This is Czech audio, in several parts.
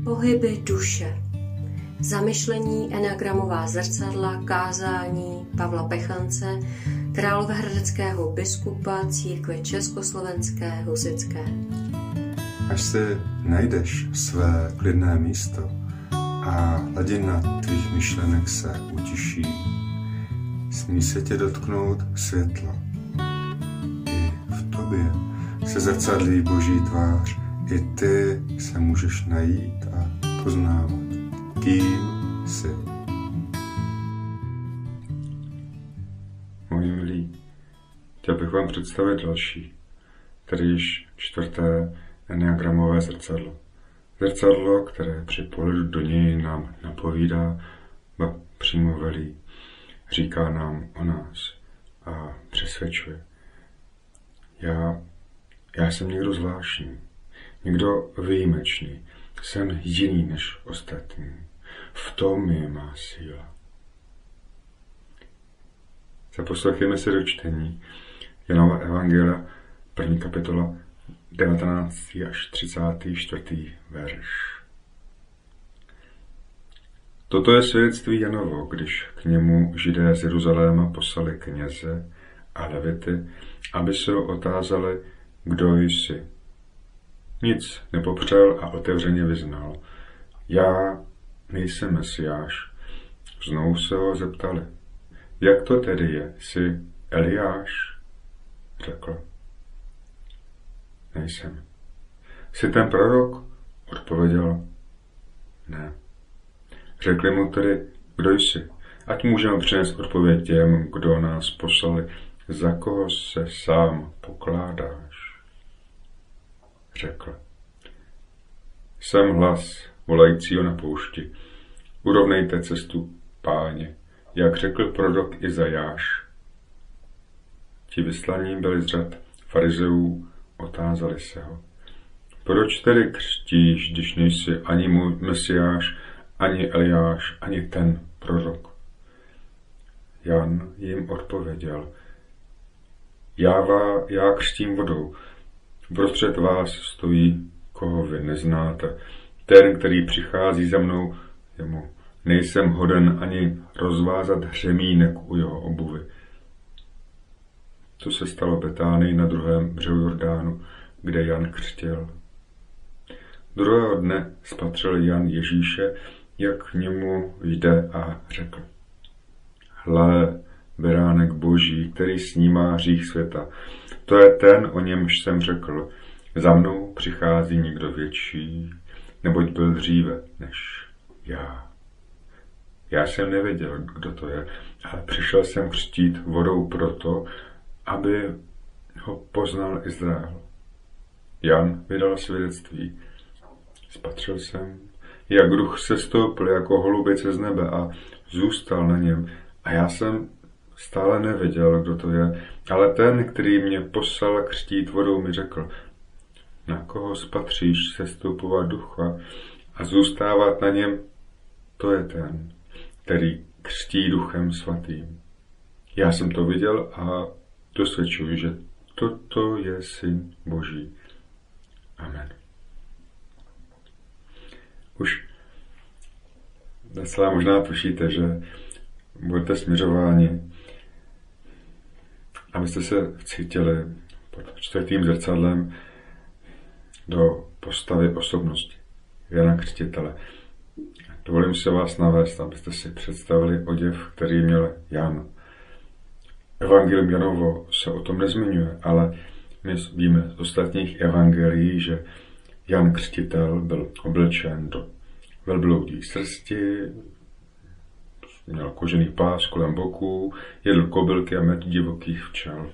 Pohyby duše. Zamyšlení enneagramová zrcadla, kázání Pavla Pechance, královéhradeckého biskupa církve československé husitské. Až si najdeš své klidné místo a hladina tvých myšlenek se utiší, smí se tě dotknout světla. I v tobě se zrcadlí Boží tvář, i ty se můžeš najít a poznávat, kým jsi. Moji milí, chtěl bych vám představit další, tedy již 4. enneagramové zrcadlo. Zrcadlo, které při pohledu do něj nám napovídá, ba přímo velí, říká nám o nás a přesvědčuje. Já jsem někdo zvláštní, někdo výjimečný, jsem jiný než ostatní. V tom je má síla. Zaposlechněme si do čtení Janova evangelia, 1. kapitola, 19. až 34. verš. Toto je svědectví Janovo, když k němu Židé z Jeruzaléma poslali kněze a levity, aby se ho otázali, kdo jsi. Nic nepopřel a otevřeně vyznal. Já nejsem Mesiáš. Znovu se ho zeptali. Jak to tedy je? Jsi Eliáš? Řekl. Nejsem. Jsi ten prorok? Odpověděl. Ne. Řekli mu tedy, kdo jsi? Ať můžeme přinést odpověď těm, kdo nás poslali. Za koho se sám pokládáš? Řekl. Jsem hlas volajícího na poušti. Urovnejte cestu Páně, jak řekl prorok Izajáš. Ti vyslaní byli z řad farizeů, otázali se ho. Proč tedy křtíš, když nejsi ani můj Mesiáš, ani Eliáš, ani ten prorok? Jan jim odpověděl. Já křtím vodou. Uprostřed vás stojí, koho vy neznáte. Ten, který přichází za mnou, jemu nejsem hoden ani rozvázat hřemínek u jeho obuvy. To se stalo Betánii na druhém břehu Jordánu, kde Jan křtil. Druhého dne spatřil Jan Ježíše, jak k němu jde a řekl. Hle, beránek Boží, který snímá hřích světa. To je ten, o němž jsem řekl. Za mnou přichází někdo větší, neboť byl dříve než já. Já jsem nevěděl, kdo to je, ale přišel jsem křtít vodou proto, aby ho poznal Izrael. Jan vydal svědectví. Spatřil jsem, jak duch sestoupil jako holubice z nebe a zůstal na něm. A já jsem stále nevěděl, kdo to je, ale ten, který mě poslal křtít vodou, mi řekl, na koho spatříš sestoupovat ducha a zůstávat na něm, to je ten, který křtí duchem svatým. Já jsem to viděl a dosvědčuji, že toto je Syn Boží. Amen. Už docela možná tušíte, že budete směřováni, abyste se vcítili pod 4. zrcadlem do postavy osobnosti Jana Křtitele. Dovolím se vás navést, abyste si představili oděv, který měl Jan. Evangelium Janovo se o tom nezmiňuje, ale my víme z ostatních evangelií, že Jan Křtitel byl oblečen do velbloudí srsti, měl kožený pás kolem boků, jedl kobylky a med divokých včel.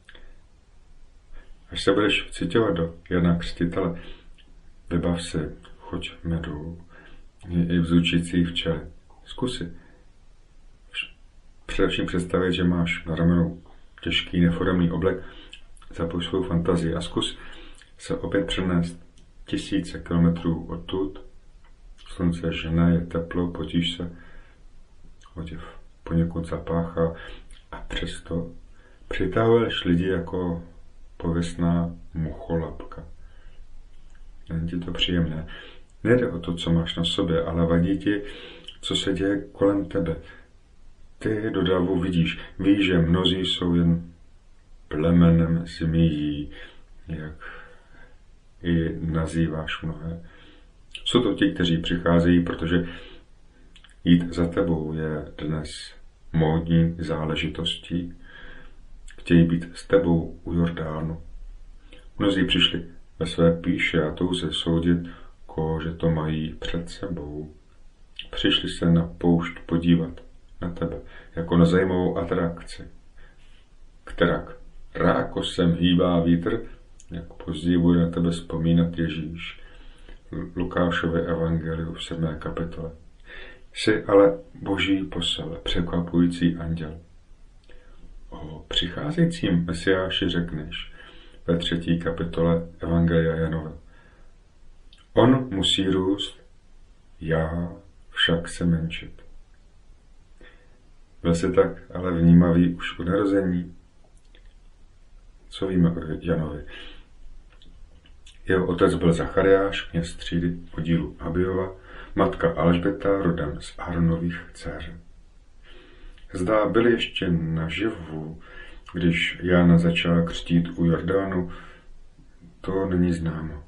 Až se budeš vciťovat do Jana Křtitele, vybav si chuť medu i vzučící včely. Zkusy. Především představit, že máš na ramenou těžký neforemný oblek, zapoj svou fantazii a zkus se opět přenést tisíce kilometrů odtud. Slunce žene, je teplo, potíš se, oděv poněkud zapáchá a přesto přitahuješ lidi jako pověstná mucholapka. Není ti to příjemné? Nejde o to, co máš na sobě, ale vadí ti, co se děje kolem tebe. Ty do davu vidíš. Víš, že mnozí jsou jen plemenem zmíjí, jak i nazýváš mnohé. Jsou to ti, kteří přicházejí, protože jít za tebou je dnes módní záležitostí. Chtějí být s tebou u Jordánu. Mnozí přišli ve své pýše a touze soudit, že to mají před sebou. Přišli se na poušť podívat na tebe, jako na zajímavou atrakci. Kterak rákosem hýbá vítr, jak později bude na tebe vzpomínat Ježíš. Lukášově evangeliu v 7. kapitole. Jsi ale boží posel, překvapující anděl. O přicházejícím Mesiáši řekneš ve 3. kapitole Evangelia Janova. On musí růst, já však se menšit. Byl jsi tak ale vnímavý už u narození? Co víme o Janovi? Jeho otec byl Zachariáš, kněz třídy oddílu Abiova, matka Alžběta rodem z Áronových dcer. Zdá byl ještě naživu, když Jana začala křtít u Jordánu, to není známo.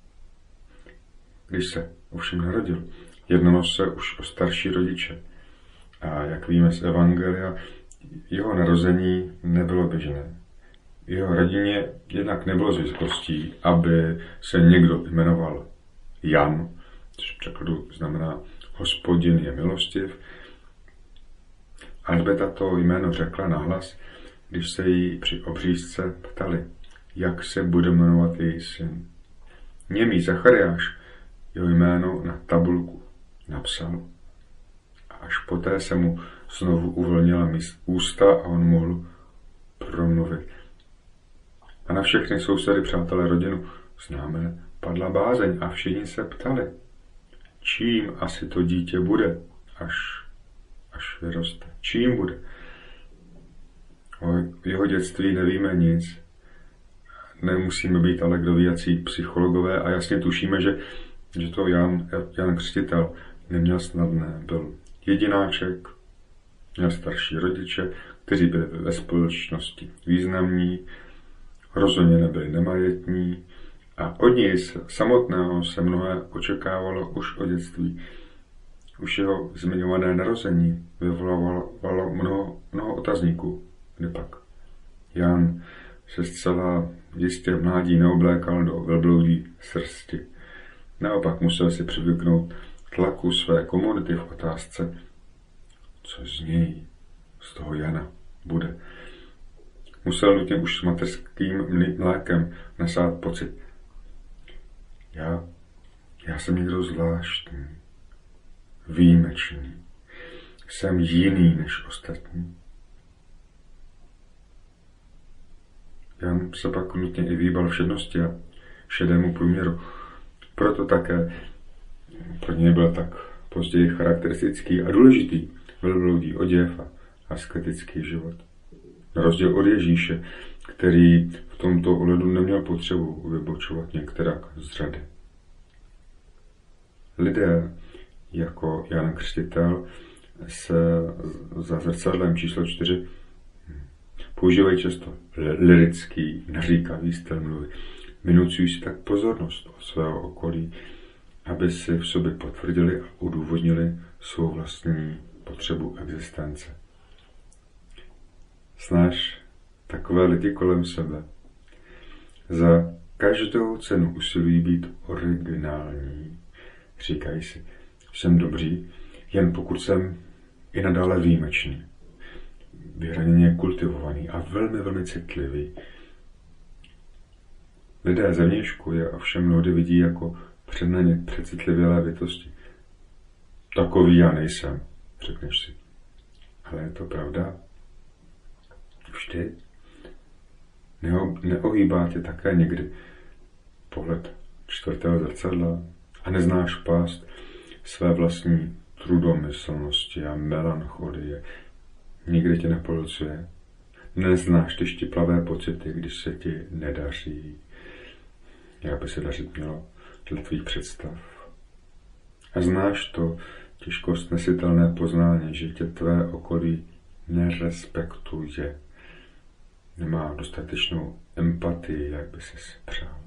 Když se ovšem narodil, jednalo se už o starší rodiče. A jak víme z Evangelia, jeho narození nebylo běžné. V jeho rodině jednak nebylo zvyklostí, aby se někdo jmenoval Jan, což v překladu znamená Hospodin je milostiv. Alžběta to jméno řekla nahlas, když se jí při obřízce ptali, jak se bude jmenovat její syn. Němý Zachariáš jeho jméno na tabulku napsal. A až poté se mu znovu uvolnila ústa a on mohl promluvit. A na všechny sousedy, přátelé, rodinu známe, padla bázeň a všichni se ptali, čím asi to dítě bude, až vyroste. Čím bude? O jeho dětství nevíme nic. Nemusíme být ale kdo ví, jací psychologové a jasně tušíme, že to Jan Křtitel neměl snadné. Byl jedináček, měl starší rodiče, kteří byli ve společnosti významní, rozhodně nebyli nemajetní a od něj samotného se mnohé očekávalo už od dětství. Už jeho zmiňované narození vyvolávalo mnoho otazníků. Kdepak Jan se zcela jistě v mládí neoblékal do velbloudí srsti. Naopak musel si přivyknout tlaku své komunity v otázce, co z něj, z toho Jana, bude. Musel nutně už s mateřským mlékem nasát pocit. Já jsem někdo zvláštní, výjimečný. Jsem jiný než ostatní. Jan se pak nutně i vyhýbal všednosti a šedému průměru. Proto také pro něj byl tak později charakteristický a důležitý velbloudý oděv a asketický život. Na rozdíl od Ježíše, který v tomto ohledu neměl potřebu vybočovat některak z řady. Lidé jako Jan Křtitel se za zrcadlem číslo 4 používají často lirický, naříkavý styl mluvy. Vynucují si tak pozornost od svého okolí, aby si v sobě potvrdili a udůvodnili svou vlastní potřebu existence. Znáš takové lidi kolem sebe. Za každou cenu usilují být originální. Říkají si, jsem dobrý, jen pokud jsem i nadále výjimečný. Vyhraněně kultivovaný a velmi, velmi citlivý. Lidé zevnějšku je ovšem mnohdy vidí jako přednaně přecitlivělé bytosti. Takový já nejsem, řekneš si. Ale je to pravda? Vždy. Neohýbá tě také někdy pohled čtvrtého zrcadla a neznáš pást své vlastní trudomyslnosti a melancholie. Nikdy tě nepolcuje. Neznáš ty štiplavé pocity, když se ti nedaří. Jak by se dařit mělo dle tvých představ. A znáš to těžko snesitelné poznání, že tě tvé okolí nerespektuje, nemá dostatečnou empatii, jak by ses přál.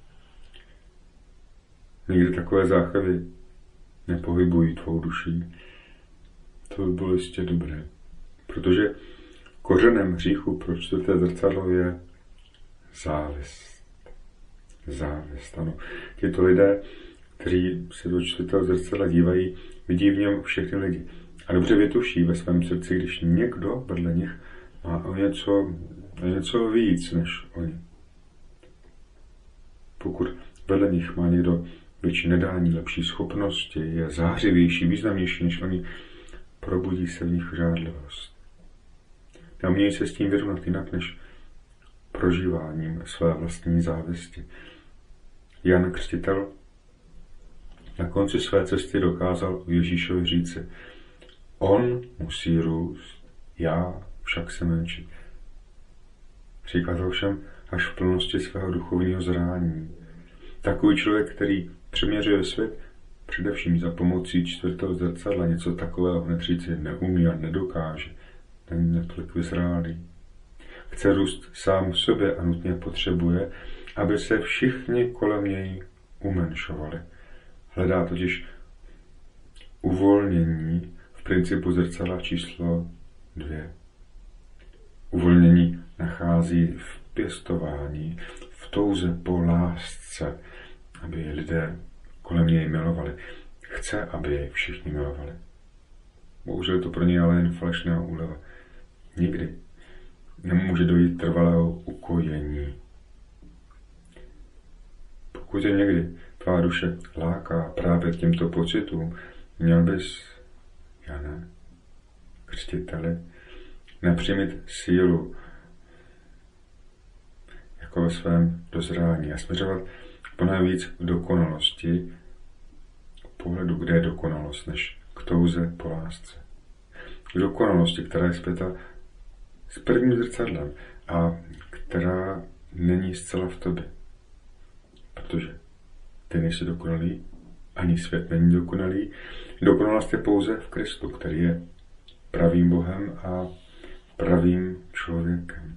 Nikdy takové záchvy nepohybují tvou duší. To by bylo jistě dobré, protože kořenem hříchu pro čtvrté zrcadlo je závist. Závist, ano. Těto lidé, kteří se do čtvrtého zrcadla dívají, vidí v něm všechny lidi. A dobře vytuší ve svém srdci, když někdo vedle nich má o něco víc než oni. Pokud vedle nich má někdo větší nadání, lepší schopnosti, je zářivější, významnější než oni, probudí se v nich žádlivost. Neumějí se s tím vyrovnat jinak než prožíváním své vlastní závisti. Jan Křtitel na konci své cesty dokázal Ježíšovi říci: on musí růst, já však se menšit. Říká to všem až v plnosti svého duchovního zrání. Takový člověk, který přeměřuje svět především za pomocí čtvrtého zrcadla, něco takového hned říci neumí a nedokáže, není natolik vyzrálý. Chce růst sám v sobě a nutně potřebuje, aby se všichni kolem něj umenšovali. Hledá totiž uvolnění v principu zrcadla číslo 2. Uvolnění nachází v pěstování, v touze po lásce, aby lidé kolem něj milovali. Chce, aby jej všichni milovali. Bohužel to pro něj ale jen falešná úleva. Nikdy nemůže dojít trvalého ukojení. Pokud je někdy tvá duše láká právě k těmto pocitům, měl bys, Jane, Křtiteli, nepřimět sílu jako ve svém dozrání a směřovat ponajvíc k dokonalosti, pohledu, kde je dokonalost, než k touze po lásce. K dokonalosti, která je zpěta s prvním zrcadlem a která není zcela v tobě. Protože ty nejsi dokonalý, ani svět není dokonalý. Dokonalost je pouze v Kristu, který je pravým Bohem a pravým člověkem.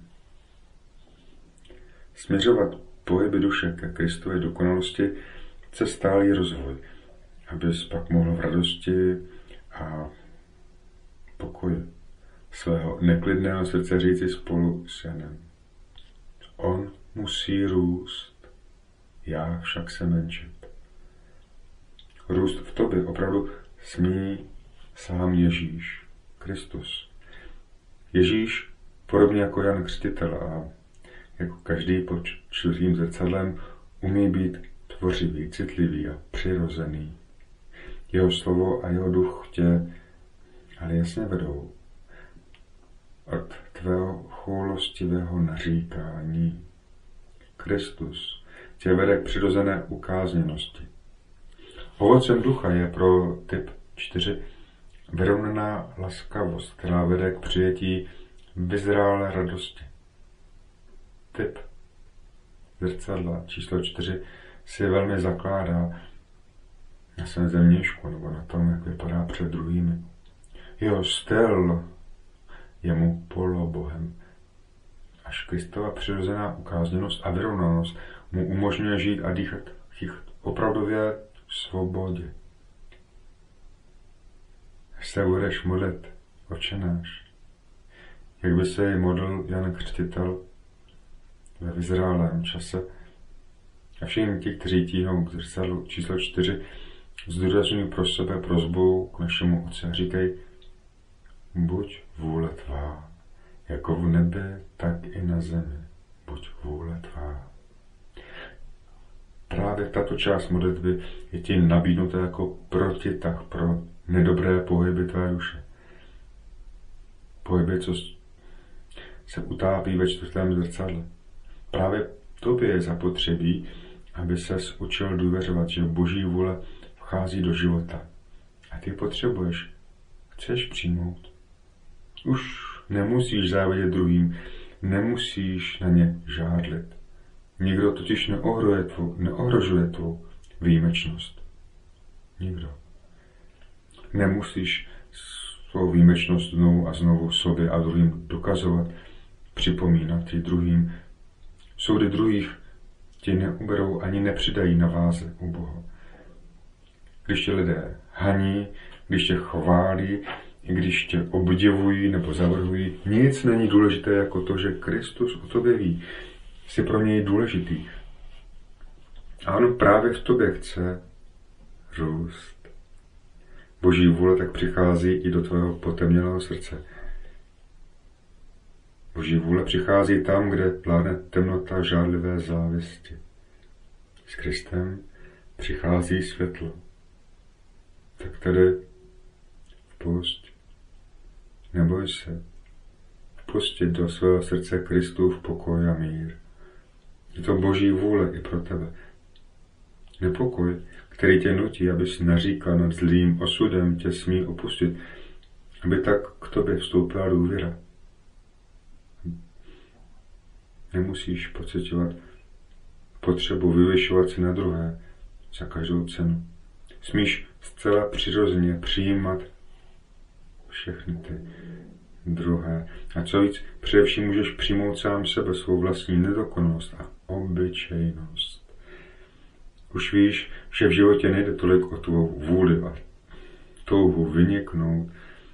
Směřovat pohyby duše ke Kristové dokonalosti chce stálý rozvoj, abys pak mohl v radosti a pokoji svého neklidného srdce říci spolu s Janem: on musí růst, já však se menšit. Růst v tobě opravdu smí sám Ježíš, Kristus. Ježíš, podobně jako Jan Křtitel a jako každý pod čtvrtým zrcadlem, umí být tvořivý, citlivý a přirozený. Jeho slovo a jeho duch tě ale jasně vedou od tvého choulostivého naříkání. Kristus tě vede k přirozené ukázněnosti. Ovocem ducha je pro typ 4 vyrovnaná laskavost, která vede k přijetí vyzrálé radosti. Typ zrcadla číslo 4 si velmi zakládá na svém zemnějšku nebo na tom, jak vypadá před druhými. Jeho styl je mu polobohem. Až Kristova přirozená ukázněnost a vyrovnanost mu umožňuje žít a dýchat opravdově v svobodě. Až se budeš modlit, Otče náš, jak by se jej modlil Jan Křtitel ve vyzrálém čase, a všichni ti, kteří tíhnou k zrcadlu číslo 4, zdůrazňují pro sebe prosbu k našemu Otci a říkají: buď vůle tvá, jako v nebe, tak i na zemi. Buď vůle tvá. Právě tato část modlitby je ti nabídnuta jako protitah pro nedobré pohyby tvé duše. Pohyby, co se utápí ve čtvrtém zrcadle. Právě tobě je zapotřebí, aby ses učil důvěřovat, že Boží vůle vchází do života. A ty potřebuješ, chceš přijmout. Už nemusíš závidět druhým, nemusíš na ně žádlit. Nikdo totiž neohrožuje tvou výjimečnost. Nikdo. Nemusíš svou výjimečnost znovu a znovu sobě a druhým dokazovat, připomínat i druhým. Soudy druhých ti neuberou ani nepřidají na váze u Boha. Když tě lidé haní, když tě chválí, když tě obdivují nebo zavrhují, nic není důležité jako to, že Kristus o tobě ví. Jsi pro něj důležitý. A on právě v tobě chce růst. Boží vůle tak přichází i do tvého potemnělého srdce. Boží vůle přichází tam, kde vládne temnota žádlivé závisti. S Kristem přichází světlo. Tak tedy vpusť, neboj se, vpustit do svého srdce Kristův pokoj a mír. Je to Boží vůle i pro tebe. Nepokoj, který tě nutí, abys naříkal nad zlým osudem, tě smí opustit, aby tak k tobě vstoupila důvěra. Nemusíš pociťovat potřebu vyvyšovat se na druhé za každou cenu. Smíš zcela přirozeně přijímat všechny ty druhé. A co víc, především můžeš přijmout sám sebe, svou vlastní nedokonalost a obyčejnost. Už víš, že v životě nejde tolik o tvou vůli a touhu vyniknout.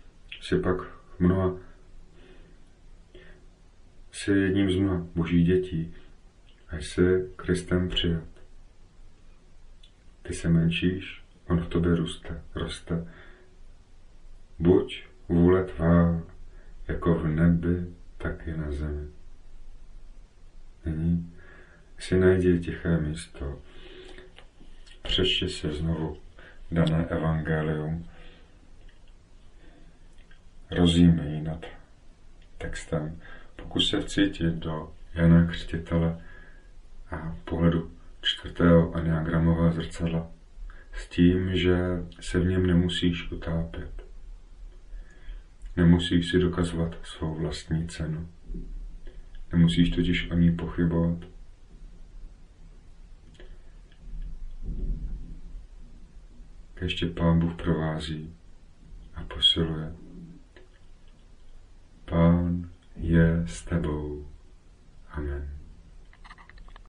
Jsi jedním z mnoha Božích dětí a jsi Kristem přijat. Ty se menšíš, on v tobě roste. Buď vůle tvá, jako v nebi, tak i na zemi. Nyní si najdi tiché místo. Přečti si znovu dané evangelium. Rozjímej nad textem. Pokus se vcítit do Jana Křtitele a pohledu 4. enneagramového zrcadla s tím, že se v něm nemusíš utápět. Nemusíš si dokazovat svou vlastní cenu. Nemusíš totiž o ní pochybovat. Ještě Pán Bůh provází a posiluje. Pán je s tebou. Amen.